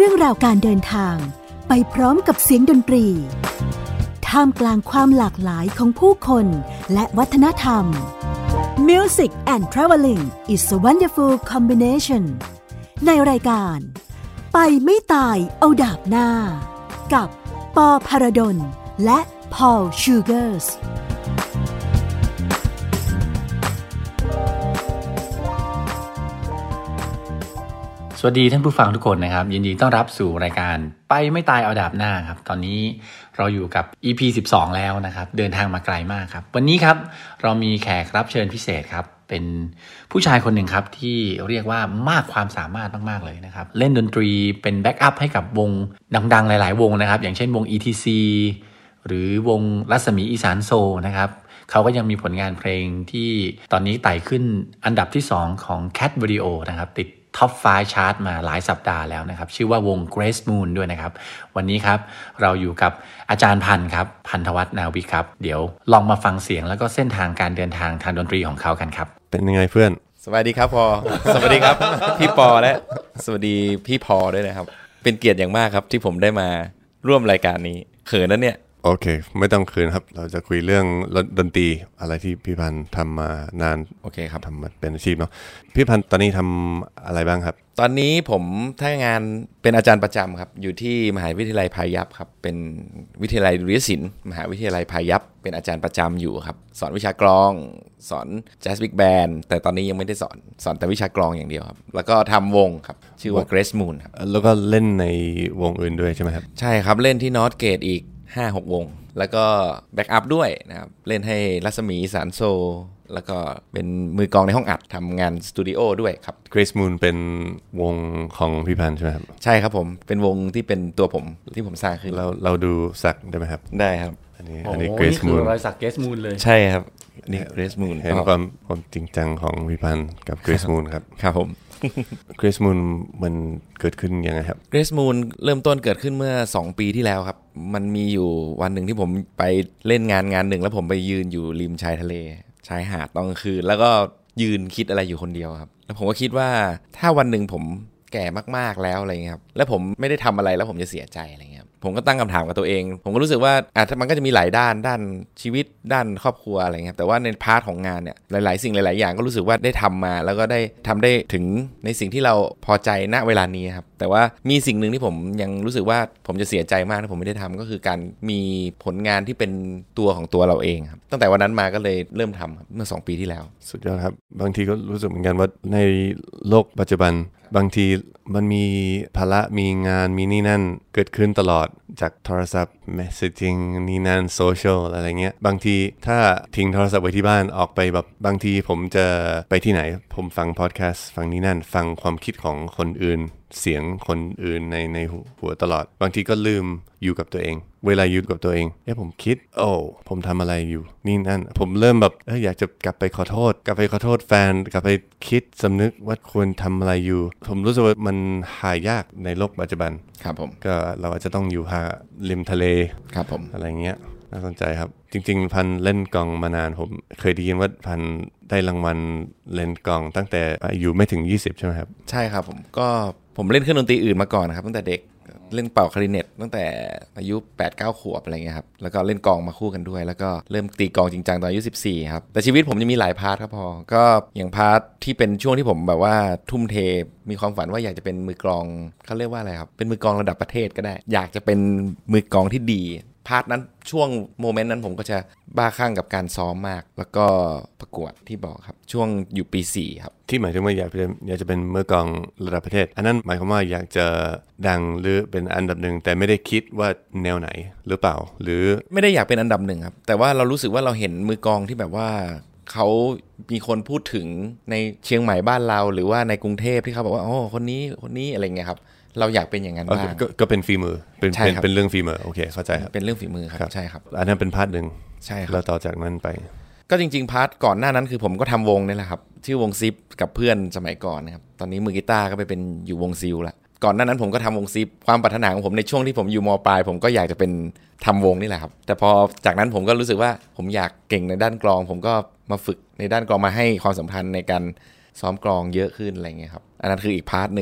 รื่องราวการเดินทางไปพร้อมกับเสียงดนตรีท่ามกลางความหลากหลายของผู้คนและวัฒนธรรม Music and Traveling is a wonderful combination ในรายการไปไม่ตายเอาดาบหน้ากับปอภรดลและพอลชูเกอร์สสวัสดีท่านผู้ฟังทุกคนนะครับยินดีต้อนรับสู่รายการไปไม่ตายเอาดาบหน้าครับตอนนี้เราอยู่กับ EP 12แล้วนะครับเดินทางมาไกลมากครับวันนี้ครับเรามีแขกรับเชิญพิเศษครับเป็นผู้ชายคนหนึ่งครับที่เรียกว่ามากความสามารถมากๆเลยนะครับเล่นดนตรีเป็นแบ็กอัพให้กับวงดังๆหลายๆวงนะครับอย่างเช่นวง ETC หรือวงรัศมีอีสานโซนะครับเขาก็ยังมีผลงานเพลงที่ตอนนี้ไต่ขึ้นอันดับที่2ของ Cat Video นะครับติดท็อป5ชาร์ตมาหลายสัปดาห์แล้วนะครับชื่อว่าวง Grace Moon ด้วยนะครับวันนี้ครับเราอยู่กับอาจารย์พันธ์ครับพันธวัฒน์นาวิครับเดี๋ยวลองมาฟังเสียงแล้วก็เส้นทางการเดินทางทางดนตรีของเขากันครับเป็นยังไงเพื่อนสวัสดีครับพอ สวัสดีครับ พี่ปอและสวัสดีพี่พอด้วยนะครับเป็นเกียรติอย่างมากครับที่ผมได้มาร่วมรายการนี้เขินนะเนี่ยโอเคไม่ต้องคืนครับเราจะคุยเรื่องดนตรีอะไรที่พี่พันธ์ทำมานานโอเคครับทำมาเป็นอาชีพเนาะพี่พันธ์ตอนนี้ทำอะไรบ้างครับตอนนี้ผมทำงานเป็นอาจารย์ประจำครับอยู่ที่มหาวิทยาลัยพายัพครับเป็นวิทยาลัยดุริยศิลป์มหาวิทยาลัยพายัพเป็นอาจารย์ประจำอยู่ครับสอนวิชากลองสอนแจ๊สบิ๊กแบนด์แต่ตอนนี้ยังไม่ได้สอนแต่วิชากลองอย่างเดียวครับแล้วก็ทำวงครับชื่อว่า Grace Moon ครับแล้วก็เล่นในวงอื่นด้วยใช่ไหมครับใช่ครับเล่นที่นอร์ทเกตอีก 5-6 วงแล้วก็แบ็กอัพด้วยนะครับเล่นให้รัศมีสารโซแล้วก็เป็นมือกลองในห้องอัดทำงานสตูดิโอด้วยครับ Grace Moon เป็นวงของพี่พันธ์ใช่ไหมครับใช่ครับผมเป็นวงที่เป็นตัวผมที่ผมสร้างขึ้นเราดูสักได้ไหมครับได้ครับอันนี้ Grace Moon นี่คือรอยสัก Grace Moon เลยใช่ครับนี่ Grace Moon เห็นความจริงจังของพี่พันธ์กับ Grace Moon ครับครับผม Grace Moon มันเกิดขึ้นยังไงครับ Grace Moon เริ่มต้นเกิดขึ้นเมื่อ2ปีที่แล้วครับมันมีอยู่วันหนึ่งที่ผมไปเล่นงานหนึ่งแล้วผมไปยืนอยู่ริมชายทะเลชายหาดตอนกลางคืนแล้วก็ยืนคิดอะไรอยู่คนเดียวครับแล้วผมก็คิดว่าถ้าวันหนึ่งผมแก่มากๆแล้วอะไรเงี้ยครับแล้วผมไม่ได้ทำอะไรแล้วผมจะเสียใจอะไรเงี้ยผมก็ตั้งคำถามกับตัวเองผมก็รู้สึกว่ามันก็จะมีหลายด้านชีวิตด้านครอบครัวอะไรเงี้ยแต่ว่าในพาร์ทของงานเนี่ยหลายๆสิ่งหลายๆอย่างก็รู้สึกว่าได้ทำมาแล้วก็ได้ทำได้ถึงในสิ่งที่เราพอใจณเวลานี้ครับแต่ว่ามีสิ่งหนึ่งที่ผมยังรู้สึกว่าผมจะเสียใจมากถ้าผมไม่ได้ทำก็คือการมีผลงานที่เป็นตัวของตัวเราเองครับตั้งแต่วันนั้นมาก็เลยเริ่มทำเมื่อ2ปีที่แล้วสุดยอดครับบางทีก็รู้สึกเหมือนกันว่าในโลกปัจจุบันบางทีมันมีภาระมีงานมีนี่นั่นเกิดขึ้นตลอดจากโทรศัพท์ messaging นี่นั่นโซเชียลอะไรเงี้ยบางทีถ้าทิ้งโทรศัพท์ไว้ที่บ้านออกไปแบบบางทีผมจะไปที่ไหนผมฟังพอดแคสต์ฟังนี่นั่นฟังความคิดของคนอื่นเสียงคนอื่นในหัวตลอดบางทีก็ลืมอยู่กับตัวเองเวลาอยู่กับตัวเองผมคิดผมทำอะไรอยู่นี่นั่นผมเริ่มแบบอยากจะกลับไปขอโทษแฟนกลับไปคิดสำนึกว่าควรทำอะไรอยู่ผมรู้สึกว่ามันหายากในโลกปัจจุบันครับผมก็เราอาจจะต้องอยู่ริมทะเลครับผมอะไรเงี้ยน่าสนใจครับจริงๆพันเล่นกลองมานานผมเคยได้ยินว่าพันได้รางวัลเล่นกลองตั้งแต่อายุไม่ถึง20ใช่ไหมครับใช่ครับผมเล่นเครื่องดนตรีอื่นมาก่อนนะครับตั้งแต่เด็กเล่นเป่าคลาริเนตตั้งแต่อายุ 8-9 ขวบอะไรเงี้ยครับแล้วก็เล่นกลองมาคู่กันด้วยแล้วก็เริ่มตีกลองจริงจังตอนอายุ14ครับแต่ชีวิตผมจะมีหลายพาร์ทครับพอก็อย่างพาร์ทที่เป็นช่วงที่ผมแบบว่าทุ่มเทมีความฝันว่าอยากจะเป็นมือกลองเขาเรียกว่าอะไรครับเป็นมือกลองระดับประเทศก็ได้อยากจะเป็นมือกลองที่ดีพาร์ทนั้นช่วงโมเมนต์นั้นผมก็จะบ้าคลั่งกับการซ้อมมากแล้วก็ประกวดที่บอกครับช่วงอยู่ปี4ครับที่หมายถึงว่าอยากจะเป็นมือกลองระดับประเทศอันนั้นหมายความว่าอยากจะดังหรือเป็นอันดับหนึ่งแต่ไม่ได้คิดว่าแนวไหนหรือเปล่าหรือไม่ได้อยากเป็นอันดับหนึ่งครับแต่ว่าเรารู้สึกว่าเราเห็นมือกลองที่แบบว่าเขามีคนพูดถึงในเชียงใหม่บ้านเราหรือว่าในกรุงเทพที่เขาบอกว่าคนนี้อะไรเงี้ยครับเราอยากเป็นอย่างนั้นบ้างก็เป็นฝีมือเป็นเรื่องฝีมือโอเคเข้าใจครับเป็นเรื่องฝีมือครับใช่ครับอันนั้นเป็นพาร์ทหนึ่งใช่ครับแล้วต่อจากนั้นไปก็จริงๆพาร์ทก่อนหน้านั้นคือผมก็ทำวงนี่แหละครับชื่อวงซิปกับเพื่อนสมัยก่อนนะครับตอนนี้มือกีตาร์ก็ไปเป็นอยู่วงซิลละก่อนหน้านั้นผมก็ทำวงซิปความปรารถนาของผมในช่วงที่ผมอยู่ม.ปลายผมก็อยากจะเป็นทำวงนี่แหละครับแต่พอจากนั้นผมก็รู้สึกว่าผมอยากเก่งในด้านกลองผมก็มาฝึกในด้านกลองมาให้ความสำคัญในการซ้อมกลองเยอะขึ้นอะไรเงี้ยครับอันนั้นคืออีกพาร์ทนึง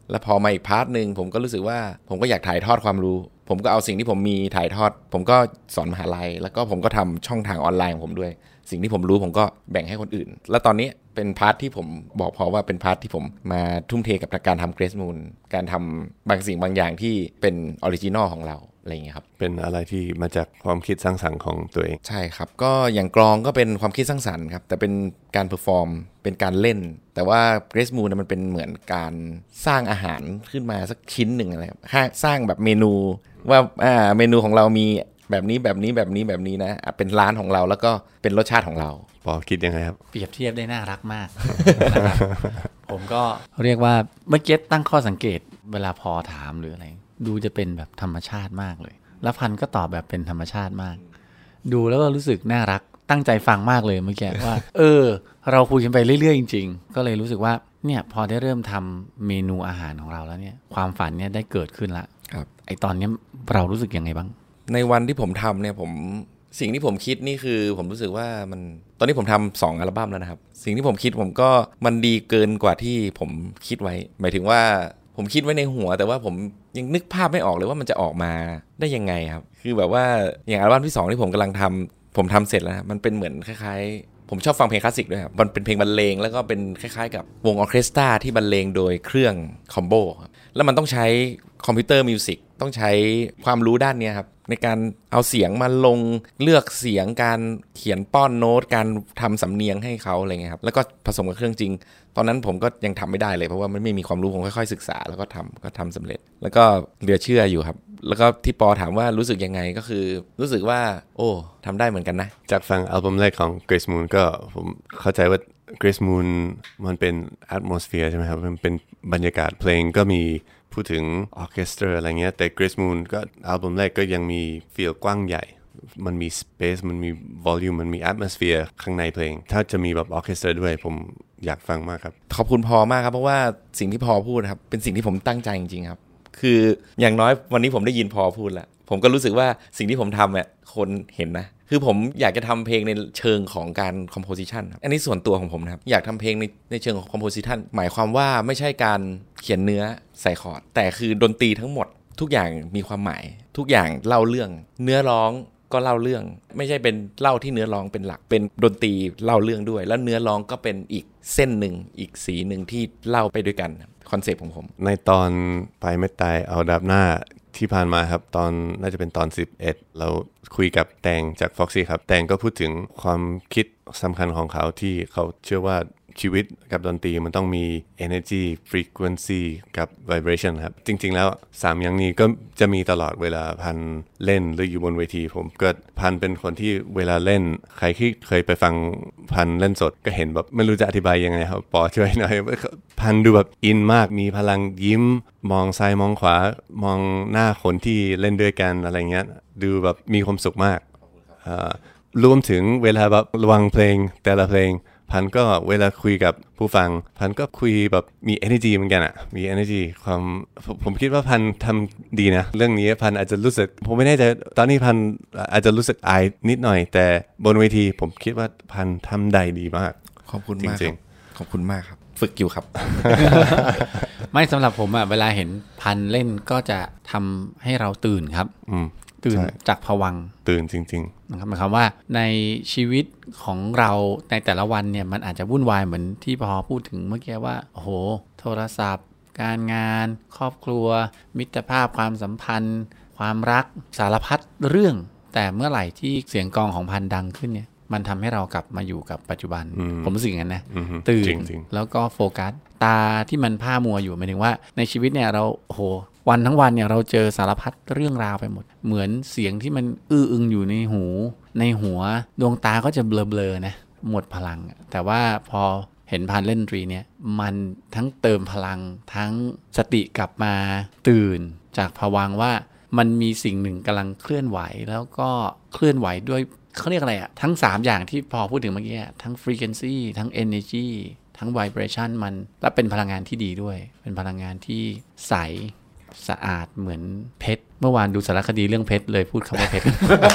แล้วพอมาอีกพาร์ทนึงผมก็รู้สึกว่าผมก็อยากถ่ายทอดความรู้ผมก็เอาสิ่งที่ผมมีถ่ายทอดผมก็สอนมหาลัยแล้วก็ผมก็ทำช่องทางออนไลน์ของผมด้วยสิ่งที่ผมรู้ผมก็แบ่งให้คนอื่นแล้วตอนนี้เป็นพาร์ทที่ผมบอกพอว่าเป็นพาร์ทที่ผมมาทุ่มเทกับการทำ Grace Moon การทำบางสิ่งบางอย่างที่เป็นออริจินอลของเราอะไรอย่างเงี้ยครับเป็นอะไรที่มาจากความคิดสร้างสรรค์ของตัวเองใช่ครับก็อย่างกลองก็เป็นความคิดสร้างสรรค์ครับแต่เป็นการเพอร์ฟอร์มเป็นการเล่นแต่ว่า Grace Moon มันเป็นเหมือนการสร้างอาหารขึ้นมาสักชิ้นหนึ่งอะไรครับสร้างแบบเมนูว่าเมนูของเรามีแบบนี้แบบนี้แบบนี้แบบนี้นะเป็นร้านของเราแล้วก็เป็นรสชาติของเราปอคิดยังไงครับเปรียบเทียบได้น่ารักมาก นะครับผมก็เรียกว่าเมื่อกี้ตั้งข้อสังเกตเวลาพอถามหรืออะไรดูจะเป็นแบบธรรมชาติมากเลยแล้วพันก็ตอบแบบเป็นธรรมชาติมากดูแล้วก็รู้สึกน่ารักตั้งใจฟังมากเลยเมื่อกี้ว่าเราคุยกันไปเรื่อยๆจริงๆก็เลยรู้สึกว่าเนี่ยพอได้เริ่มทำเมนูอาหารของเราแล้วเนี่ยความฝันเนี่ยได้เกิดขึ้นละครับไอตอนนี้เรารู้สึกยังไงบ้างในวันที่ผมทำเนี่ยสิ่งที่ผมคิดนี่คือผมรู้สึกว่ามันตอนนี้ผมทำ2อัลบั้มแล้วนะครับสิ่งที่ผมคิดผมก็มันดีเกินกว่าที่ผมคิดไว้หมายถึงว่าผมคิดไว้ในหัวแต่ว่าผมยังนึกภาพไม่ออกเลยว่ามันจะออกมาได้ยังไงครับคือแบบว่าอย่างอัลบั้มที่2ที่ผมกำลังทำผมทำเสร็จแล้วมันเป็นเหมือนคล้ายๆผมชอบฟังเพลงคลาสสิกด้วยครับมันเป็นเพลงบรรเลงแล้วก็เป็นคล้ายๆกับวงออร์เคสตราที่บรรเลงโดยเครื่องคอมโบครับแล้วมันต้องใช้คอมพิวเตอร์มิวสิกต้องใช้ความรู้ด้านนี้ครับในการเอาเสียงมาลงเลือกเสียงการเขียนป้อนโน้ตการทำสำเนียงให้เขาอะไรเงี้ยครับแล้วก็ผสมกับเครื่องจริงตอนนั้นผมก็ยังทำไม่ได้เลยเพราะว่ามันไม่มีความรู้ผมค่อยๆศึกษาแล้วก็ทำสำเร็จแล้วก็เหลือเชื่ออยู่ครับแล้วก็ที่ปอถามว่ารู้สึกยังไงก็คือรู้สึกว่าโอ้ทำได้เหมือนกันนะจากฟังอัลบั้มแรกของ Grace Moon ก็ผมเข้าใจว่า Grace Moon มันเป็น atmosphere ใช่ไหมครับมันเป็นบรรยากาศเพลงก็มีพูดถึงออร์เคสตราอะไรเงี้ยแต่ Grace Moon ก็อัลบั้มแรกก็ยังมีฟีลกว้างใหญ่มันมี space มันมี volume มันมี atmosphere ข้างในเพลงถ้าจะมีแบบออร์เคสตราด้วยผมอยากฟังมากครับขอบคุณพอมากครับเพราะว่าสิ่งที่พอพูดครับเป็นสิ่งที่ผมตั้งใจจริงๆครับคืออย่างน้อยวันนี้ผมได้ยินพอพูดแล้วผมก็รู้สึกว่าสิ่งที่ผมทำเนี่ยคนเห็นนะคือผมอยากจะทำเพลงในเชิงของการ composition อันนี้ส่วนตัวของผมนะครับอยากทำเพลงในเชิงของ composition หมายความว่าไม่ใช่การเขียนเนื้อใส่คอร์ดแต่คือดนตรีทั้งหมดทุกอย่างมีความหมายทุกอย่างเล่าเรื่องเนื้อร้องก็เล่าเรื่องไม่ใช่เป็นเล่าที่เนื้อร้องเป็นหลักเป็นดนตรีเล่าเรื่องด้วยแล้วเนื้อร้องก็เป็นอีกเส้นหนึ่งอีกสีหนึ่งที่เล่าไปด้วยกันคอนเซปต์ของผมในตอนไปไม่ตายเอาดับหน้าที่ผ่านมาครับตอนน่าจะเป็นตอน11เราคุยกับแตงจาก Foxy ครับแตงก็พูดถึงความคิดสำคัญของเขาที่เขาเชื่อว่าชีวิตกับดนตรีมันต้องมี energy frequency กับ vibration ครับจริงๆแล้ว3อย่างนี้ก็จะมีตลอดเวลาพันเล่นหรืออยู่บนเวทีผมก็พันเป็นคนที่เวลาเล่นใครที่เคยไปฟังพันเล่นสดก็เห็นแบบไม่รู้จะอธิบายยังไงครับปอช่วยหน่อยพันดูแบบอินมากมีพลังยิ้มมองซ้ายมองขวามองหน้าคนที่เล่นด้วยกันอะไรเงี้ยดูแบบมีความสุขมากรวมถึงเวลาแบบระวังเพลงแต่ละเพลงพันก็เวลาคุยกับผู้ฟังพันก็คุยแบบมี energy เหมือนกันอะมี energy ความผมคิดว่าพันทำดีนะเรื่องนี้พันอาจจะรู้สึกผมไม่แน่ใจตอนนี้พันอาจจะรู้สึกอายนิดหน่อยแต่บนเวทีผมคิดว่าพันทำได้ดีมากขอบคุณมากครับขอบคุณมากครับฝึกอยู่ครับไม่สำหรับผมอะเวลาเห็นพันเล่นก็จะทำให้เราตื่นครับตื่นจากภวังค์ตื่นจริงๆนะครับหมายความว่าในชีวิตของเราในแต่ละวันเนี่ยมันอาจจะวุ่นวายเหมือนที่พอพูดถึงเมื่อกี้ว่าโอ้โหโทรศัพท์การงานครอบครัวมิตรภาพความสัมพันธ์ความรักสารพัดเรื่องแต่เมื่อไหร่ที่เสียงกลองของพันดังขึ้นเนี่ยมันทำให้เรากลับมาอยู่กับปัจจุบันผมรู้สึกอย่างนั้นนะตื่นแล้วก็โฟกัสตาที่มันผ้ามัวอยู่หมายถึงว่าในชีวิตเนี่ยเราโอ้โหวันทั้งวันเนี่ยเราเจอสารพัดเรื่องราวไปหมดเหมือนเสียงที่มันอื้ออึงอยู่ในหูในหัวดวงตาก็จะเบลอๆนะหมดพลังแต่ว่าพอเห็นพันเล่นดนตรีเนี่ยมันทั้งเติมพลังทั้งสติกลับมาตื่นจากภวังค์ว่ามันมีสิ่งหนึ่งกำลังเคลื่อนไหวแล้วก็เคลื่อนไหวด้วยเขาเรียกอะไรอะทั้ง3อย่างที่พอพูดถึงเมื่อกี้ทั้ง frequency ทั้ง energy ทั้ง vibration มันและเป็นพลังงานที่ดีด้วยเป็นพลังงานที่ใสสะอาดเหมือนเพชรเมื่อวานดูสารคดีเรื่องเพชรเลยพูดคำว่าเพชร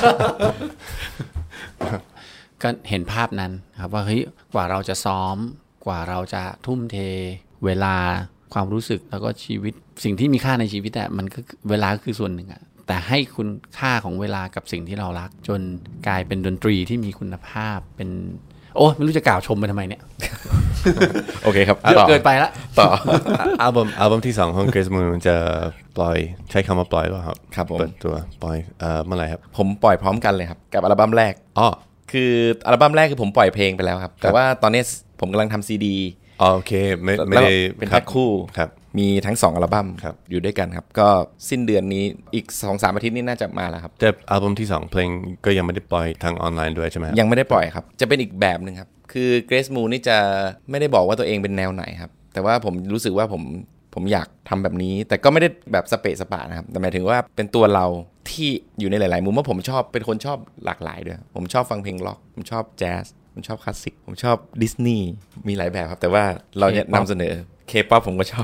ก็เห็นภาพนั้นครับว่าเฮ้ยกว่าเราจะซ้อมกว่าเราจะทุ่มเทเวลาความรู้สึกแล้วก็ชีวิตสิ่งที่มีค่าในชีวิตอะมันก็เวลาก็คือส่วนหนึ่งอะแต่ให้คุณค่าของเวลากับสิ่งที่เรารักจนกลายเป็นดนตรีที่มีคุณภาพเป็นโอ้ไม่รู้จะกล่าวชมไปทำไมเนี่ยโอเคครับเยอะเกินไปละต่ออัลบั้มที่2ของ Grace Moon มันจะปล่อยใช้คำว่าปล่อยหรือเปล่าครับครับผมเปิดตัวปล่อยเมื่อไหร่ครับผมปล่อยพร้อมกันเลยครับกับอัลบั้มแรกคืออัลบั้มแรกคือผมปล่อยเพลงไปแล้วครับแต่ว่าตอนนี้ผมกำลังทำซีดีโอเคไม่ได้เป็นแพ็คคู่ครับมีทั้ง2อัลบั้มอยู่ด้วยกันครับก็สิ้นเดือนนี้อีก 2-3 อาทิตย์นี้น่าจะมาแล้วครับแต่อัลบั้มที่2เพลงก็ยังไม่ได้ปล่อยทางออนไลน์ด้วยใช่ไหมยังไม่ได้ปล่อยครับจะเป็นอีกแบบนึงครับคือ Grace Moon นี่จะไม่ได้บอกว่าตัวเองเป็นแนวไหนครับแต่ว่าผมรู้สึกว่าผมอยากทำแบบนี้แต่ก็ไม่ได้แบบสเปะสปะนะครับแต่หมายถึงว่าเป็นตัวเราที่อยู่ในหลายๆมุมว่าผมชอบเป็นคนชอบหลากหลายด้วยผมชอบฟังเพลงร็อกผมชอบแจ๊สผมชอบคลาสสิกผมชอบดิสนีย์มีหลายแบบครับแต่ว่าเราจะนำเสนอK-pop ผมก็ชอบ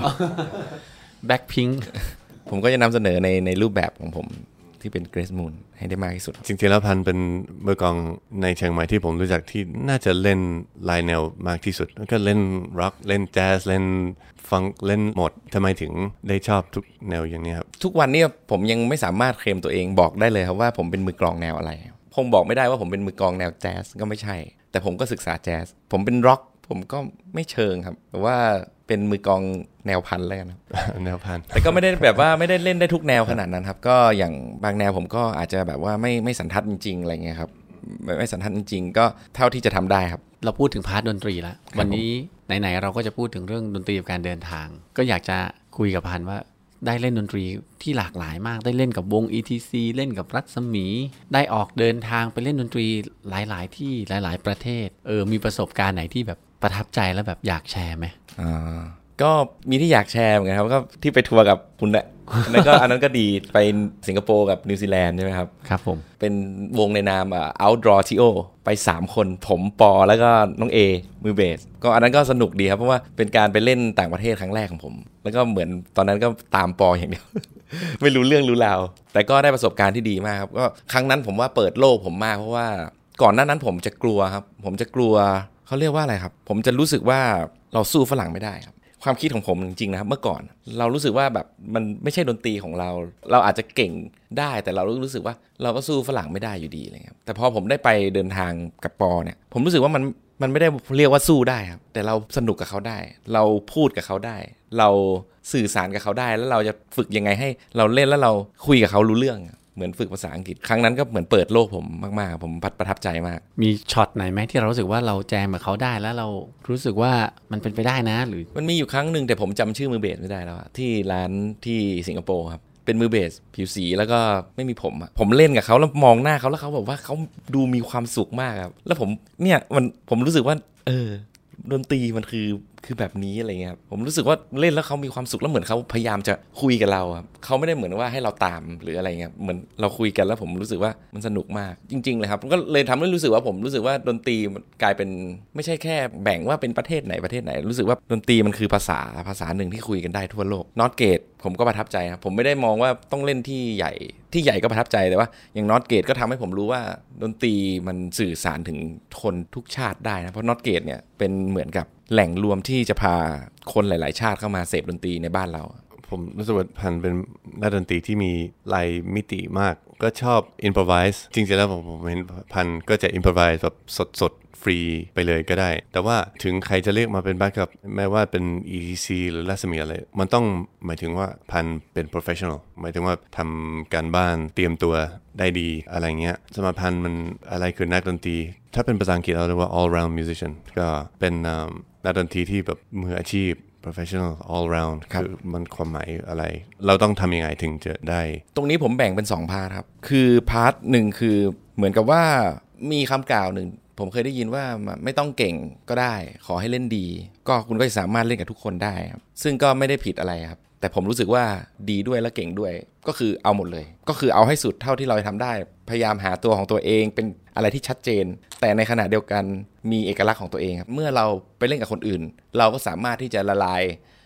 Blackpink ผมก็จะนำเสนอในรูปแบบของผมที่เป็น Grace Moon ให้ได้มากที่สุดจริงๆแล้วพันเป็นมือกลองในเชียงใหม่ที่ผมรู้จักที่น่าจะเล่นหลายแนวมากที่สุดแล้วก็เล่นร็อกเล่นแจ๊สเล่นฟังเล่นหมดทำไมถึงได้ชอบทุกแนวอย่างนี้ครับทุกวันนี้ผมยังไม่สามารถเคลมตัวเองบอกได้เลยครับว่าผมเป็นมือกลองแนวอะไรผมบอกไม่ได้ว่าผมเป็นมือกลองแนวแจ๊สก็ไม่ใช่แต่ผมก็ศึกษาแจ๊สผมเป็นร็อกผมก็ไม่เชิงครับแต่ว่าเป็นมือกลองแนวพันแล้วนะแนวพันแต่ก็ไม่ได้แบบว่าไม่ได้เล่นได้ทุกแนวขนาดนั้นครับก็อย่างบางแนวผมก็อาจจะแบบว่าไม่สันทัดจริงๆอะไรเงี้ยครับไม่สันทัดจริงๆก็เท่าที่จะทำได้ครับเราพูดถึงพาร์ทดนตรีแล้ววันนี้ไหนๆเราก็จะพูดถึงเรื่องดนตรีกับการเดินทางก็อยากจะคุยกับพันว่าได้เล่นดนตรีที่หลากหลายมากได้เล่นกับวง ETC เล่นกับรัศมีได้ออกเดินทางไปเล่นดนตรีหลายๆที่หลายๆประเทศมีประสบการณ์ไหนที่แบบประทับใจแล้วแบบอยากแชร์ไหมก็มีที่อยากแชร์เหมือนกันครับก็ที่ไปทัวร์กับคุณแหละอันนั้นก็ดีไปสิงคโปร์กับนิวซีแลนด์ใช่ไหมครับครับผมเป็นวงในนาม Outdraw Trio ไป3คนผมปอแล้วก็น้องเอมือเบสก็อันนั้นก็สนุกดีครับเพราะว่าเป็นการไปเล่นต่างประเทศครั้งแรกของผมแล้วก็เหมือนตอนนั้นก็ตามปออย่างเดียว ไม่รู้เรื่องรู้ราวแต่ก็ได้ประสบการณ์ที่ดีมากครับก็ครั้งนั้นผมว่าเปิดโลกผมมากเพราะว่าก่อนหน้านั้นผมจะกลัวครับผมจะกลัวเขาเรียกว่าอะไรครับผมจะรู้สึกว่าเราสู้ฝรั่งไม่ได้ครับความคิดของผมจริงๆนะครับเมื่อก่อนเรารู้สึกว่าแบบมันไม่ใช่ดนตรีของเราอาจจะเก่งได้แต่เรารู้สึกว่าเราก็สู้ฝรั่งไม่ได้อยู่ดีอะไรครับแต่พอผมได้ไปเดินทางกับปอเนี่ยผมรู้สึกว่ามันไม่ได้เรียกว่าสู้ได้ครับแต่เราสนุกกับเขาได้เราพูดกับเขาได้เราสื่อสารกับเขาได้แล้วเราจะฝึกยังไงให้เราเล่นแล้วเราคุยกับเขารู้เรื่องเหมือนฝึกภาษาอังกฤษครั้งนั้นก็เหมือนเปิดโลกผมมากๆผมประทับใจมากมีช็อตไหนไหมที่เรารู้สึกว่าเราแจมกับเขาได้แล้วเรารู้สึกว่ามันเป็นไปได้นะหรือมันมีอยู่ครั้งนึงแต่ผมจำชื่อมือเบสไม่ได้แล้วที่ร้านที่สิงคโปร์ครับเป็นมือเบสผิวสีแล้วก็ไม่มีผมเล่นกับเขาแล้วมองหน้าเขาแล้วเขาบอกว่าเขาดูมีความสุขมากครับแล้วผมรู้สึกว่าดนตรีมันคือแบบนี้อะไรเงี้ยครับผมรู้สึกว่าเล่นแล้วเขามีความสุขแล้วเหมือนเขาพยายามจะคุยกับเราครับเขาไม่ได้เหมือนว่าให้เราตามหรืออะไรเงี้ยเหมือนเราคุยกันแล้วผมรู้สึกว่ามันสนุกมากจริงๆเลยครับก็เลยทำให้รู้สึกว่าผมรู้สึกว่าดนตรีมันกลายเป็นไม่ใช่แค่แบ่งว่าเป็นประเทศไหนรู้สึกว่าดนตรีมันคือภาษาหนึ่งที่คุยกันได้ทั่วโลก North Gate ผมก็ประทับใจครับผมไม่ได้มองว่าต้องเล่นที่ใหญ่ก็ประทับใจแต่ว่าอย่าง North Gate ก็ทำให้ผมรู้ว่าดนตรีมันสื่อสารถึงคนทุกชาติได้นะเพราะ North Gate เนี่ยเป็นเหมือนกับแหล่งรวมที่จะพาคนหลายๆชาติเข้ามาเสพดนตรีในบ้านเราผมรู้สึกว่าพันเป็นนักดนตรีที่มีหลายมิติมากก็ชอบ improvise จริงๆแล้วผมเห็นพันก็จะ improvise แบบสดฟรีไปเลยก็ได้แต่ว่าถึงใครจะเรียกมาเป็นแบ็คอัพแม้ว่าเป็น ETC หรือรัศมีอะไรมันต้องหมายถึงว่าพันเป็น professional หมายถึงว่าทำการบ้านเตรียมตัวได้ดีอะไรเงี้ยสมาพันธ์มันอะไรคือนักดนตรีถ้าเป็นภาษาอังกฤษเราเรียกว่า all round musician ก็เป็นนักดนตรีที่แบบมืออาชีพ professional all round คือมันความหมายอะไรเราต้องทำยังไงถึงจะได้ตรงนี้ผมแบ่งเป็น2พาร์ทครับคือพาร์ทหนึ่งคือเหมือนกับว่ามีคำกล่าวหนึ่งผมเคยได้ยินว่าไม่ต้องเก่งก็ได้ขอให้เล่นดีก็คุณก็สามารถเล่นกับทุกคนได้ครับซึ่งก็ไม่ได้ผิดอะไรครับแต่ผมรู้สึกว่าดีด้วยและเก่งด้วยก็คือเอาหมดเลยก็คือเอาให้สุดเท่าที่เราทำได้พยายามหาตัวของตัวเองเป็นอะไรที่ชัดเจนแต่ในขณะเดียวกันมีเอกลักษณ์ของตัวเองครับเมื่อเราไปเล่นกับคนอื่นเราก็สามารถที่จะละลาย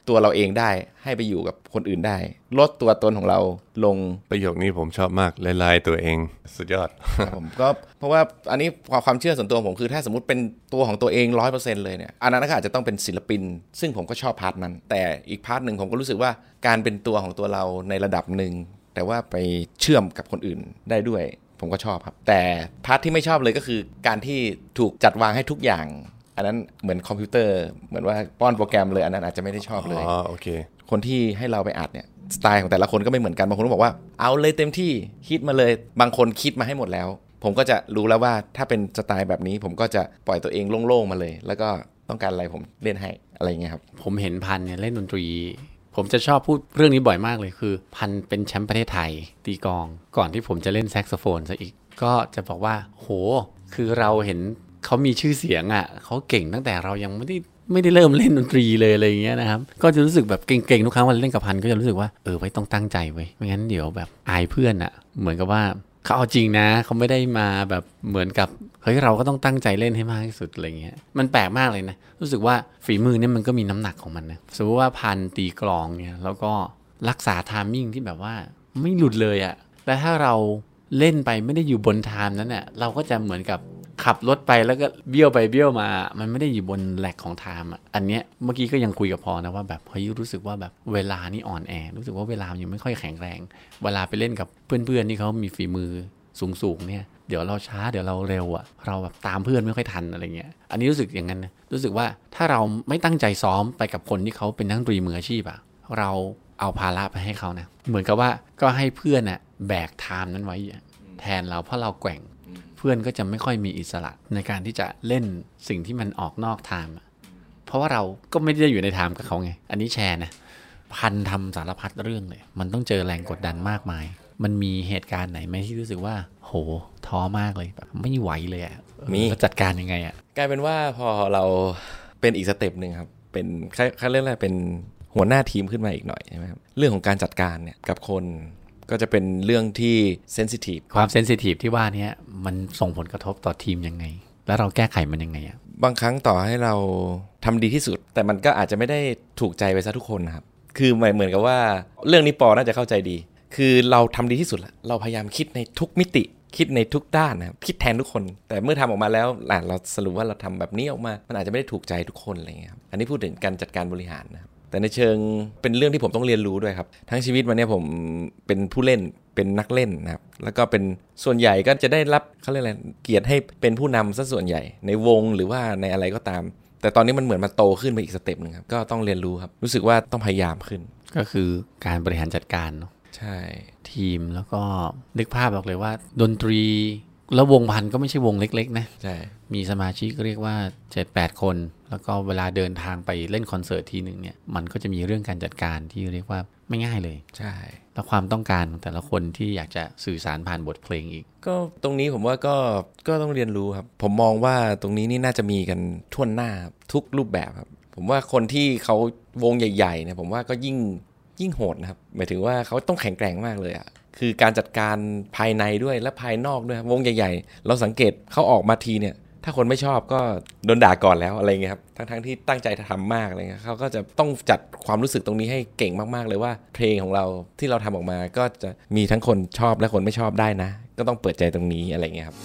ตัวเราเองได้ให้ไปอยู่กับคนอื่นได้ลดตัวตนของเราลงประโยคนี้ผมชอบมากละลายตัวเองสุดยอดผมก็เพราะว่าอันนี้ความเชื่อส่วนตัวผมคือถ้าสมมติเป็นตัวของตัวเอง 100% เลยเนี่ยอันนั้นก็อาจจะต้องเป็นศิลปินซึ่งผมก็ชอบพาร์ทนั้นแต่อีกพาร์ทนึงผมก็รู้สึกว่าการเป็นตัวของตัวเราในระดับนึงแต่ว่าไปเชื่อมกับคนอื่นได้ด้วยผมก็ชอบครับแต่พาร์ทที่ไม่ชอบเลยก็คือการที่ถูกจัดวางให้ทุกอย่างอันนั้นเหมือนคอมพิวเตอร์เหมือนว่าป้อนโปรแกรมเลยอันนั้นอาจจะไม่ได้ชอบเลยโอเคคนที่ให้เราไปอัดเนี่ยสไตล์ของแต่ละคนก็ไม่เหมือนกันบางคนก็บอกว่าเอาเลยเต็มที่คิดมาเลยบางคนคิดมาให้หมดแล้วผมก็จะรู้แล้วว่าถ้าเป็นสไตล์แบบนี้ผมก็จะปล่อยตัวเองโล่งๆมาเลยแล้วก็ต้องการอะไรผมเล่นให้อะไรอย่างเงี้ยครับผมเห็นพันเนี่ยเล่นดนตรีผมจะชอบพูดเรื่องนี้บ่อยมากเลยคือพันเป็นแชมป์ประเทศไทยตีกลองก่อนที่ผมจะเล่นแซกโซโฟนซะอีกก็จะบอกว่าโหคือเราเห็นเขามีชื่อเสียงอ่ะเขาเก่งตั้งแต่เรายังไม่ได้เริ่มเล่นดนตรีเลยอะไรอย่างเงี้ยนะครับก็จะรู้สึกแบบเก่งๆทุกครั้งเวลาเล่นกับพันก็จะรู้สึกว่าไว้ต้องตั้งใจไว้ไม่งั้นเดี๋ยวแบบอายเพื่อนอ่ะเหมือนกับว่าเขาเอาจริงนะเขาไม่ได้มาแบบเหมือนกับเฮ้ยเราก็ต้องตั้งใจเล่นให้มากที่สุดอะไรเงี้ยมันแปลกมากเลยนะรู้สึกว่าฝีมือเนี่ยมันก็มีน้ำหนักของมันนะสมมติว่าพันตีกลองเนี่ยแล้วก็รักษาไทมิ่งที่แบบว่าไม่หลุดเลยอ่ะแต่ถ้าเราเล่นไปไม่ได้อยู่บนไทม์นั้นน่ะเราก็จะเหมือนกับขับรถไปแล้วก็เบี้ยวไปเบี้ยวมามันไม่ได้อยู่บนแหลกของไทม์อ่ะอันเนี้ยเมื่อกี้ก็ยังคุยกับพอนะว่าแบบเฮ้ยรู้สึกว่าแบบเวลานี่อ่อนแอรู้สึกว่าเวลายังไม่ค่อยแข็งแรงเวลาไปเล่นกับเพื่อนๆที่เขามีฝีมือสูงเนี่ยเดี๋ยวเราช้าเดี๋ยวเราเร็วอ่ะเราแบบตามเพื่อนไม่ค่อยทันอะไรเงี้ยอันนี้รู้สึกอย่างนั้นนะรู้สึกว่าถ้าเราไม่ตั้งใจซ้อมไปกับคนที่เขาเป็นนักดนตรีมืออาชีพอ่ะเราเอาภาระไปให้เขานะเหมือนกับว่าก็ให้เพื่อนอ่ะแบกไทม์นั้นไว้แทนเราเพราะเราแกว่งเพื่อนก็จะไม่ค่อยมีอิสระในการที่จะเล่นสิ่งที่มันออกนอกไทม์เพราะว่าเราก็ไม่ได้อยู่ในไทม์กับเขาไงอันนี้แชร์นะพันทำสารพัดเรื่องเลยมันต้องเจอแรงกดดันมากมายมันมีเหตุการณ์ไหนไหมที่รู้สึกว่าโหท้อมากเลยแบบไม่ไหวเลยอ่ะมีจัดการยังไงอ่ะกลายเป็นว่าพอเราเป็นอีกสเต็ปนึงครับเป็นเขาเรียกอะไรเป็นหัวหน้าทีมขึ้นมาอีกหน่อยใช่ไหมครับเรื่องของการจัดการเนี่ยกับคนก็จะเป็นเรื่องที่เซนซิทีฟความเซนซิทีฟที่ว่านี้มันส่งผลกระทบต่อทีมยังไงแล้วเราแก้ไขมันยังไงอ่ะบางครั้งต่อให้เราทำดีที่สุดแต่มันก็อาจจะไม่ได้ถูกใจไปซะทุกคนนะครับคือเหมือนกับว่าเรื่องนี้ปอน่าจะเข้าใจดีคือเราทำดีที่สุดแล้วเราพยายามคิดในทุกมิติคิดในทุกด้านนะครับคิดแทนทุกคนแต่เมื่อทำออกมาแล้วเราสรุปว่าเราทำแบบนี้ออกมามันอาจจะไม่ได้ถูกใจทุกคนอะไรเงี้ยครับอันนี้พูดถึงการจัดการบริหารนะครับแต่ในเชิงเป็นเรื่องที่ผมต้องเรียนรู้ด้วยครับทั้งชีวิตมาเนี่ยผมเป็นผู้เล่นเป็นนักเล่นนะครับแล้วก็เป็นส่วนใหญ่ก็จะได้รับเขาเรียกอะไรเกียรติให้เป็นผู้นำซะส่วนใหญ่ในวงหรือว่าในอะไรก็ตามแต่ตอนนี้มันเหมือนมาโตขึ้นไปอีกสเต็ปนึงครับก็ต้องเรียนรู้ครับรู้สึกว่าต้องพยายามขึ้นก็คือการบริหารจัดการเนาะใช่ทีมแล้วก็นึกภาพออกเลยว่าดนตรีแล้ววงพันก็ไม่ใช่วงเล็กๆนะใช่มีสมาชิกเรียกว่า 7-8 คนแล้วก็เวลาเดินทางไปเล่นคอนเสิร์ตทีนึงเนี่ยมันก็จะมีเรื่องการจัดการที่เรียกว่าไม่ง่ายเลยใช่แล้วความต้องการของแต่ละคนที่อยากจะสื่อสารผ่านบทเพลงอีกก็ตรงนี้ผมว่าก็ต้องเรียนรู้ครับผมมองว่าตรงนี้นี่น่าจะมีกันทั่วหน้าทุกรูปแบบครับผมว่าคนที่เขาวงใหญ่ๆเนี่ยผมว่าก็ยิ่งโหดนะครับหมายถึงว่าเขาต้องแข็งแกร่งมากเลยอ่ะคือการจัดการภายในด้วยและภายนอกด้วยวงใหญ่ๆเราสังเกตเขาออกมาทีเนี่ยถ้าคนไม่ชอบก็โดนด่าก่อนแล้วอะไรเงี้ยครับทั้งที่ตั้งใจทำมากอะไรเงี้ยเขาก็จะต้องจัดความรู้สึกตรงนี้ให้เก่งมากๆเลยว่าเพลงของเราที่เราทำออกมาก็จะมีทั้งคนชอบและคนไม่ชอบได้นะก็ต้องเปิดใจตรงนี้อะไรเงี้ยครับ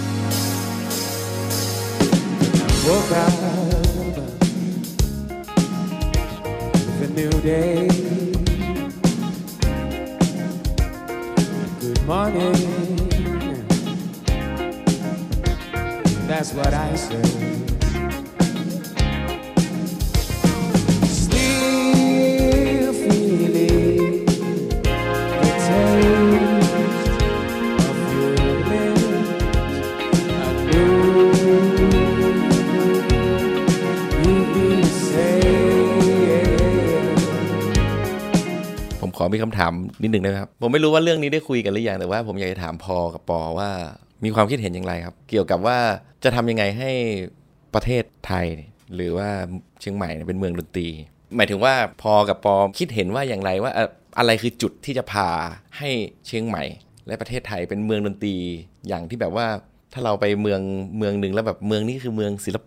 A new day. Good morning. That's what I say. Still feeling the taste of your lips. I knew you'd be the same. ผมขอมีคำถามนิดหนึ่งได้ไหมครับผมไม่รู้ว่าเรื่องนี้ได้คุยกันหรือยังแต่ว่าผมอยากจะถามพอกับปอว่ามีความคิดเห็นอย่างไรครับเกี่ยวกับว่าจะทำยังไงให้ประเทศไทยหรือว่าเชียงใหม่เป็นเมืองดนตรีหมายถึงว่าพอกับปอคิดเห็นว่าอย่างไรว่าอะไรคือจุดที่จะพาให้เชียงใหม่และประเทศไทยเป็นเมืองดนตรีอย่างที่แบบว่าถ้าเราไปเมืองนึงแล้วแบบเมืองนี้คือเมืองศิลปะ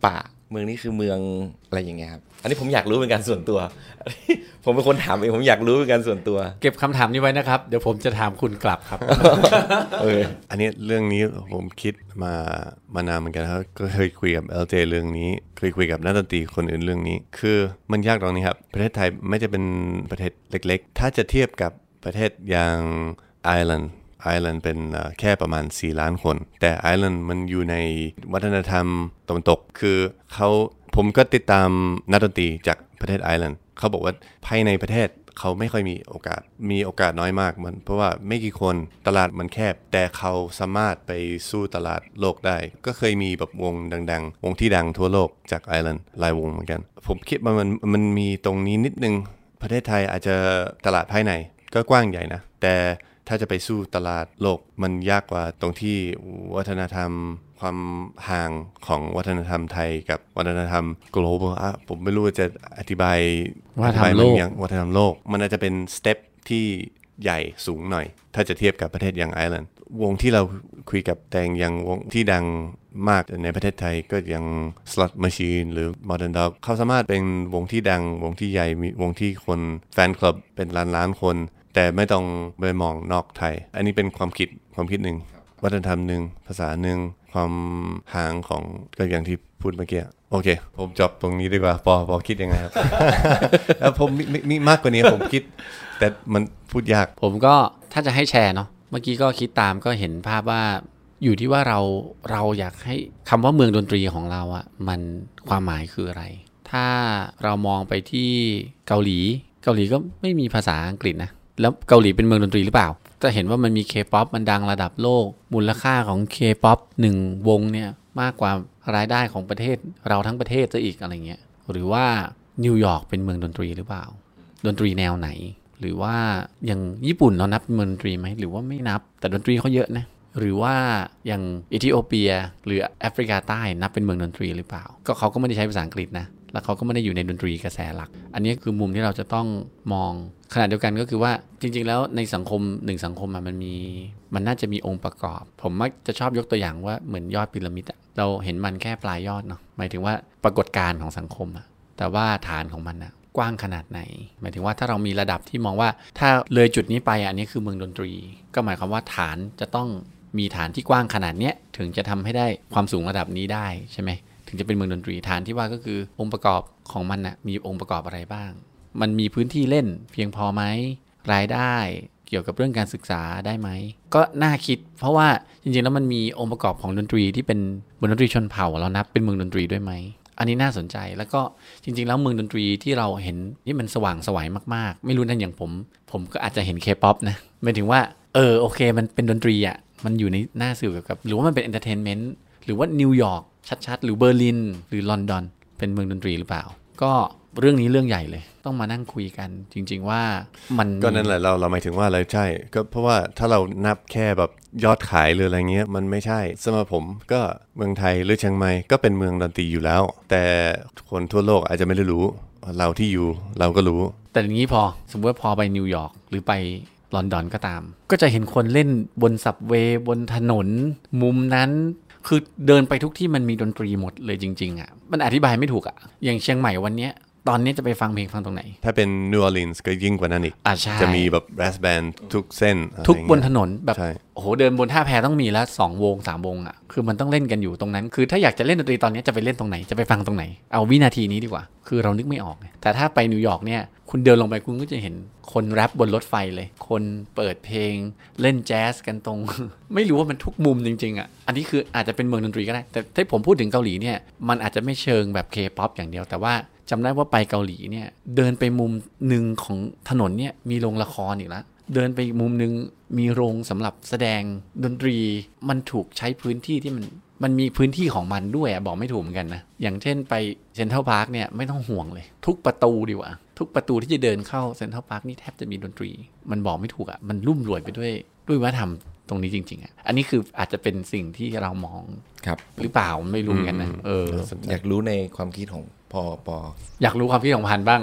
เมืองนี้คือเมืองอะไรอย่างเงี้ยครับอันนี้ผมอยากรู้เป็นการส่วนตัว ผมเป็นคนถามเองผมอยากรู้เป็นการส่วนตัวเก็บคำถามนี้ไว้นะครับเดี๋ยวผมจะถามคุณกลับครับอันนี้เรื่องนี้ผมคิดมานานเหมือนกันครับก็เคยคุยกับ LJ เรื่องนี้เคยคุยกับนักดนตรีคนอื่นเรื่องนี้คือมันยากตรงนี้ครับประเทศไทยไม่จะเป็นประเทศเล็กๆถ้าจะเทียบกับประเทศอย่างไอร์แลนด์เป็นแค่ประมาณ4 ล้านคนแต่ไอร์แลนด์มันอยู่ในวัฒนธรรมตะวันตกคือผมก็ติดตามนักดนตรีจากประเทศไอร์แลนด์เขาบอกว่าภายในประเทศเขาไม่ค่อยมีโอกาสน้อยมากมันเพราะว่าไม่กี่คนตลาดมันแคบแต่เขาสามารถไปสู้ตลาดโลกได้ก็เคยมีแบบวงดังๆวงที่ดังทั่วโลกจากไอร์แลนด์หลายวงเหมือนกันผมคิดว่ามันมีตรงนี้นิดนึงประเทศไทยอาจจะตลาดภายในก็กว้างใหญ่นะแต่ถ้าจะไปสู้ตลาดโลกมันยากกว่าตรงที่วัฒนธรรมความห่างของวัฒนธรรมไทยกับวัฒนธรรม global ผมไม่รู้จะอธิบายวัฒนธรรมโลกวัฒนธรรมโลกมันอาจจะเป็นสเต็ปที่ใหญ่สูงหน่อยถ้าจะเทียบกับประเทศอย่างไอร์แลนด์วงที่เราคุยกับแต่งอย่างวงที่ดังมากในประเทศไทยก็อย่าง Slot Machine หรือ Modern Dog เขาสามารถเป็นวงที่ดังวงที่ใหญ่มีวงที่คนแฟนคลับเป็นล้านคนแต่ไม่ต้องไปมองนอกไทยอันนี้เป็นความคิดหนึ่งวัฒนธรรมหนึ่งภาษาหนึ่งความห่างของก็อย่างที่พูดเมื่อกี้โอเคผมจบตรงนี้ดีกว่าปอคิดยังไงครับ แล้วผมมีมากกว่านี้ผมคิดแต่มันพูดยากผมก็ถ้าจะให้แชร์เนาะเมื่อกี้ก็คิดตามก็เห็นภาพว่าอยู่ที่ว่าเราอยากให้คำว่าเมืองดนตรีของเราอ่ะมันความหมายคืออะไรถ้าเรามองไปที่เกาหลีก็ไม่มีภาษาอังกฤษนะแล้วเกาหลีเป็นเมืองดนตรีหรือเปล่าจะเห็นว่ามันมี K-POP มันดังระดับโลกมูลค่าของ K-POP 1 วงเนี่ยมากกว่ารายได้ของประเทศเราทั้งประเทศซะอีกอะไรเงี้ยหรือว่านิวยอร์กเป็นเมืองดนตรีหรือเปล่าดนตรีแนวไหนหรือว่าอย่างญี่ปุ่นเรานับเป็นเมืองดนตรีไหมหรือว่าไม่นับแต่ดนตรีเขาเยอะนะหรือว่าอย่างเอธิโอเปียหรือแอฟริกาใต้นับเป็นเมืองดนตรีหรือเปล่าก็เขาก็ไม่ได้ใช้ภาษาอังกฤษนะแล้วเขาก็ไม่ได้อยู่ในดนตรีกระแสหลักอันนี้คือมุมที่เราจะต้องมองขณะเดียวกันก็คือว่าจริงๆแล้วในสังคมสังคมมันน่าจะมีองค์ประกอบผมมักจะชอบยกตัวอย่างว่าเหมือนยอดพีระมิดเราเห็นมันแค่ปลายยอดเนาะหมายถึงว่าปรากฏการณ์ของสังคมแต่ว่าฐานของมันกว้างขนาดไหนหมายถึงว่าถ้าเรามีระดับที่มองว่าถ้าเลยจุดนี้ไปอันนี้คือเมืองดนตรีก็หมายความว่าฐานจะต้องมีฐานที่กว้างขนาดนี้ถึงจะทำให้ได้ความสูงระดับนี้ได้ใช่ไหมถึงจะเป็นเมืองดนตรีฐานที่ว่าก็คือองค์ประกอบของมันมีองค์ประกอบอะไรบ้างมันมีพื้นที่เล่นเพียงพอไหมรายได้เกี่ยวกับเรื่องการศึกษาได้ไหมก็น่าคิดเพราะว่าจริงๆแล้วมันมีองค์ประกอบของดนตรีที่เป็นเมืองดนตรีชนเผ่าเรานับเป็นเมืองดนตรีด้วยไหมอันนี้น่าสนใจแล้วก็จริงๆแล้วเมืองดนตรีที่เราเห็นนี่มันสว่างไสวมากๆไม่รู้นั่นอย่างผมก็อาจจะเห็น K-POP นะหมายถึงว่าโอเคมันเป็นดนตรีมันอยู่ในหน้าสื่อกับหรือว่ามันเป็นเอนเตอร์เทนเมนต์หรือว่านิวยอร์กชัดๆหรือเบอร์ลินหรือลอนดอนเป็นเมืองดนตรีหรือเปล่าก็เรื่องนี้เรื่องใหญ่เลยต้องมานั่งคุยกันจริงๆว่ามันก็นั่นแหละเราหมายถึงว่าอะไรใช่ก็เพราะว่าถ้าเรานับแค่แบบยอดขายหรืออะไรเงี้ยมันไม่ใช่สำหรับผมก็เมืองไทยหรือเชียงใหม่ก็เป็นเมืองดนตรีอยู่แล้วแต่คนทั่วโลกอาจจะไม่ได้รู้เราที่อยู่เราก็รู้แต่อย่างนี้พอสมมติว่าพอไปนิวยอร์กหรือไปลอนดอนก็ตามก็จะเห็นคนเล่นบนซับเวย์บนถนนมุมนั้นคือเดินไปทุกที่มันมีดนตรีหมดเลยจริงๆมันอธิบายไม่ถูกอย่างเชียงใหม่วันนี้ตอนนี้จะไปฟังเพลงฟังตรงไหนถ้าเป็นนิวออร์ลีนส์ก็ยิ่งกว่านั้นอีกจะมีแบบแบสแบนด์ทุกเส้นทุกบนถนนแบบโอ้โหเดินบนท่าแพต้องมีแล้ว2 วง 3 วงคือมันต้องเล่นกันอยู่ตรงนั้นคือถ้าอยากจะเล่นดนตรีตอนนี้จะไปเล่นตรงไหนจะไปฟังตรงไหนเอาวินาทีนี้ดีกว่าคือเรานึกไม่ออกแต่ถ้าไปนิวยอร์กเนี่ยคุณเดินลงไปคุณก็จะเห็นคนแรปบนรถไฟเลยคนเปิดเพลงเล่นแจ๊สกันตรง ไม่รู้ว่ามันทุกมุมจริงๆอันนี้คืออาจจะเป็นเมืองดนตรีก็ได้แต่ถ้าผมพูดถึงเกาหลีเนี่ยมันอาจจะไม่เชิงแบบ K-POP อย่างเดียวแต่ว่าจำได้ว่าไปเกาหลีเนี่ยเดินไปมุมหนึ่งของถนนเนี่ยมีโรงละครอีกแล้วเดินไปอีกมุมนึงมีโรงสำหรับแสดงดนตรีมันถูกใช้พื้นที่ที่มันมีพื้นที่ของมันด้วยบอกไม่ถูกเหมือนกันนะอย่างเช่นไปเซ็นทรัลพาร์คเนี่ยไม่ต้องห่วงเลยทุกประตูดีกว่าทุกประตูที่จะเดินเข้าเซ็นทรัลพาร์คนี่แทบจะมีดนตรีมันบอกไม่ถูกมันรุ่มรวยไปด้วยวัฒนธรรมตรงนี้จริงๆอันนี้คืออาจจะเป็นสิ่งที่เรามองครับหรือเปล่าไม่รู้กันนะอยากรู้ในความคิดของปออยากรู้ความคิดของพันบ้าง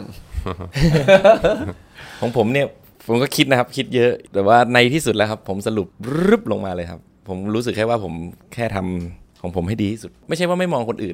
ของผมเนี่ยผมก็คิดนะครับคิดเยอะแต่ว่าในที่สุดแล้วครับผมสรุปรึบลงมาเลยครับผมรู้สึกแค่ว่าผมแค่ทำของผมให้ดีที่สุดไม่ใช่ว่าไม่มองคนอื่นนะครับ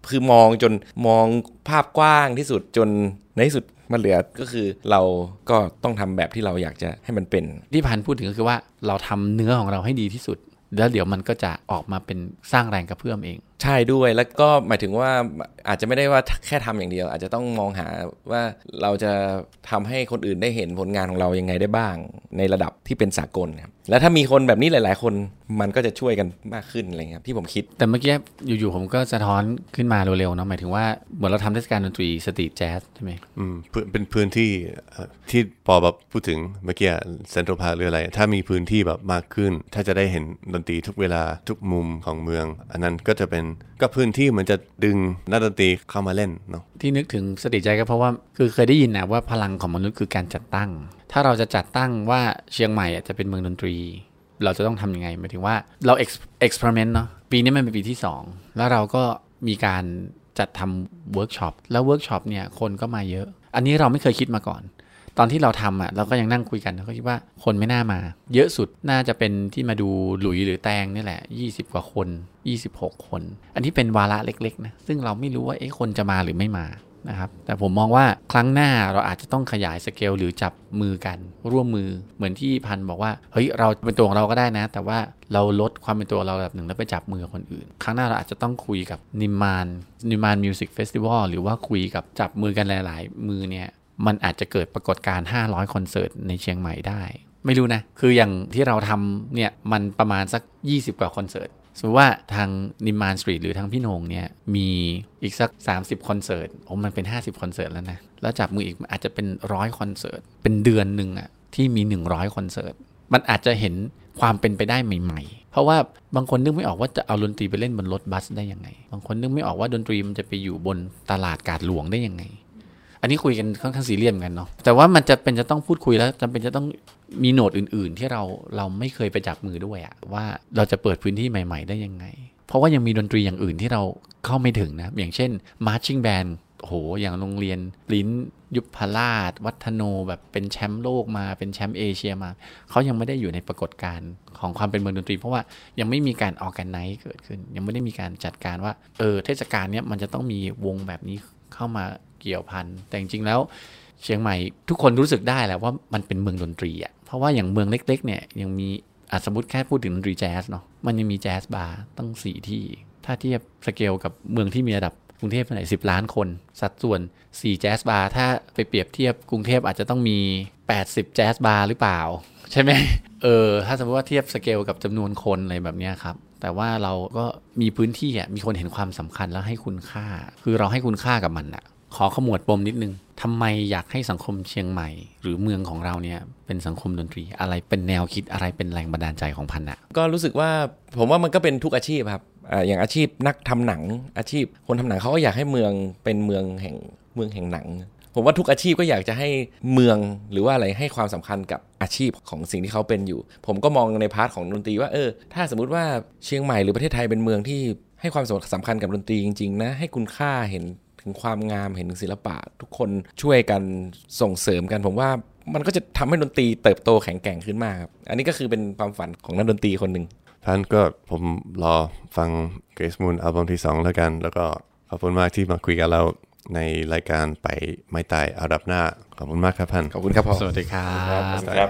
คือมองภาพกว้างที่สุดจนในที่สุดมันเหลือก็คือเราก็ต้องทำแบบที่เราอยากจะให้มันเป็นที่พันพูดถึงก็คือว่าเราทำเนื้อของเราให้ดีที่สุดแล้วเดี๋ยวมันก็จะออกมาเป็นสร้างแรงกระเพื่อมเองใช่ด้วยแล้วก็หมายถึงว่าอาจจะไม่ได้ว่าแค่ทำอย่างเดียวอาจจะต้องมองหาว่าเราจะทำให้คนอื่นได้เห็นผลงานของเรายังไงได้บ้างในระดับที่เป็นสากลครับแล้วถ้ามีคนแบบนี้หลายๆคนมันก็จะช่วยกันมากขึ้นอะไรเงี้ยที่ผมคิดแต่เมื่อกี้อยู่ๆผมก็สะท้อนขึ้นมาเร็วๆเนาะหมายถึงว่าเหมือนเราทำเทศกาลดนตรีสตรีทแจ๊สใช่ไหมเป็นพื้นที่ที่พอแบบพูดถึงเมื่อกี้เซ็นทรัลพาร์คหรืออะไรถ้ามีพื้นที่แบบมากขึ้นถ้าจะได้เห็นดนตรีทุกเวลาทุกมุมของเมืองอันนั้นก็จะเป็นก็พื้นที่เหมือนจะดึงนักดนตรีเข้ามาเล่นเนาะที่นึกถึงสตรีทแจ๊สก็เพราะว่าคือเคยได้ยินนะว่าพลังของมนุษย์คือการจัดตั้งถ้าเราจะจัดตั้งว่าเชียงใหม่จะเป็นเมืองดนตรีเราจะต้องทำยังไงหมายถึงว่าเราexperiment เนาะปีนี้มันเป็นปีที่2แล้วเราก็มีการจัดทำเวิร์กช็อปแล้วเวิร์กช็อปเนี่ยคนก็มาเยอะอันนี้เราไม่เคยคิดมาก่อนตอนที่เราทำเราก็ยังนั่งคุยกันเราก็คิดว่าคนไม่น่ามาเยอะสุดน่าจะเป็นที่มาดูหลุยหรือแตงนี่แหละ20กว่าคน26คนอันนี้เป็นวาระเล็กๆนะซึ่งเราไม่รู้ว่าคนจะมาหรือไม่มานะครับแต่ผมมองว่าครั้งหน้าเราอาจจะต้องขยายสเกลหรือจับมือกันร่วมมือเหมือนที่พันบอกว่าเฮ้ยเราเป็นตัวของเราก็ได้นะแต่ว่าเราลดความเป็นตัวเราแบบหนึ่งแล้วไปจับมือคนอื่นครั้งหน้าเราอาจจะต้องคุยกับนิมานมิวสิกเฟสติวัลหรือว่าคุยกับจับมือกันหลายๆมือเนี่ยมันอาจจะเกิดปรากฏการณ์500คอนเสิร์ตในเชียงใหม่ได้ไม่รู้นะคืออย่างที่เราทำเนี่ยมันประมาณสัก20กว่าคอนเสิร์ตสมมติว่าทางนิมมานสตรีทหรือทางพี่โหน่งเนี่ยมีอีกสัก30คอนเสิร์ตมันเป็น50คอนเสิร์ตแล้วนะแล้วจับมืออีกอาจจะเป็น100คอนเสิร์ตเป็นเดือนนึงที่มี100คอนเสิร์ตมันอาจจะเห็นความเป็นไปได้ใหม่ๆเพราะว่าบางคนนึกไม่ออกว่าจะเอาดนตรีไปเล่นบนรถบัสได้ยังไงบางคนนึกไม่ออกว่าดนตรีมันจะไปอยู่บนตลาดกาดหลวงได้ยังไงอันนี้คุยกันค่อนข้างซีเรียสกันเนาะแต่ว่ามันจะต้องพูดคุยแล้วจำเป็นจะต้องมีโหนดอื่นๆที่เราไม่เคยไปจับมือด้วยว่าเราจะเปิดพื้นที่ใหม่ๆได้ยังไงเพราะว่ายังมีดนตรีอย่างอื่นที่เราเข้าไม่ถึงนะอย่างเช่น marching band อย่างโรงเรียนลิ้นยุพราชวัฒโนแบบเป็นแชมป์โลกมาเป็นแชมป์เอเชียมาเขายังไม่ได้อยู่ในปรากฏการณ์ของความเป็นเมืองดนตรีเพราะว่ายังไม่มีการออร์แกไนซ์เกิดขึ้นยังไม่ได้มีการจัดการว่าเทศกาลเนี้ยมันจะต้องมีวงแบบนี้เข้ามาเกี่ยวพันแต่จริงๆแล้วเชียงใหม่ทุกคนรู้สึกได้แหละว่ามันเป็นเมืองดนตรีเพราะว่าอย่างเมืองเล็กๆเนี่ยยังมีสมมติแค่พูดถึงดนตรีแจ๊สเนาะมันยังมีแจ๊สบาร์ตั้ง4ที่ถ้าเทียบสเกลกับเมืองที่มีระดับกรุงเทพเท่าไหร่10ล้านคนสัดส่วน4แจ๊สบาร์ถ้าไปเปรียบเทียบกรุงเทพอาจจะต้องมี80แจ๊สบาร์หรือเปล่าใช่ไหมถ้าสมมติว่าเทียบสเกลกับจำนวนคนอะไรแบบนี้ครับแต่ว่าเราก็มีพื้นที่มีคนเห็นความสำคัญแล้วให้คุณค่าคือเราให้คุณค่ากับมันขอขมวดปมนิดนึงทำไมอยากให้สังคมเชียงใหม่หรือเมืองของเราเนี่ยเป็นสังคมดนตรีอะไรเป็นแนวคิดอะไรเป็นแรงบันดาลใจของพันก็รู้สึกว่าผมว่ามันก็เป็นทุกอาชีพครับอย่างอาชีพนักทำหนังอาชีพคนทำหนังเขาก็อยากให้เมืองเป็นเมืองแห่งหนังผมว่าทุกอาชีพก็อยากจะให้เมืองหรือว่าอะไรให้ความสำคัญกับอาชีพของสิ่งที่เขาเป็นอยู่ผมก็มองในพาร์ทของดนตรีว่าถ้าสมมุติว่าเชียงใหม่หรือประเทศไทยเป็นเมืองที่ให้ความสำคัญกับดนตรีจริงๆนะให้คุณค่าเห็นถึงความงามเห็นถึงศิลปะทุกคนช่วยกันส่งเสริมกันผมว่ามันก็จะทำให้ดนตรีเติบโตแข็งแกร่งขึ้นมากครับอันนี้ก็คือเป็นความฝันของนักดนตรีคนหนึ่งท่านก็ผมรอฟัง Grace Moon อัลบั้มที่2แล้วกันแล้วก็ขอบคุณมากที่มาคุยกับเราในรายการไปไม่ตายอันดับหน้าขอบคุณมากครับท่านขอบคุณครับพ่อสวัสดีครับครับ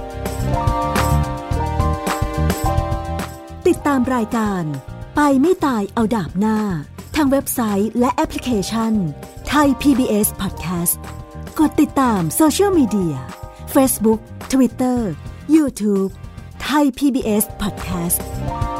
ติดตามรายการไปไม่ตายเอาดาบหน้าทางเว็บไซต์และแอปพลิเคชัน Thai PBS Podcast กดติดตามโซเชียลมีเดีย Facebook Twitter YouTube Thai PBS Podcast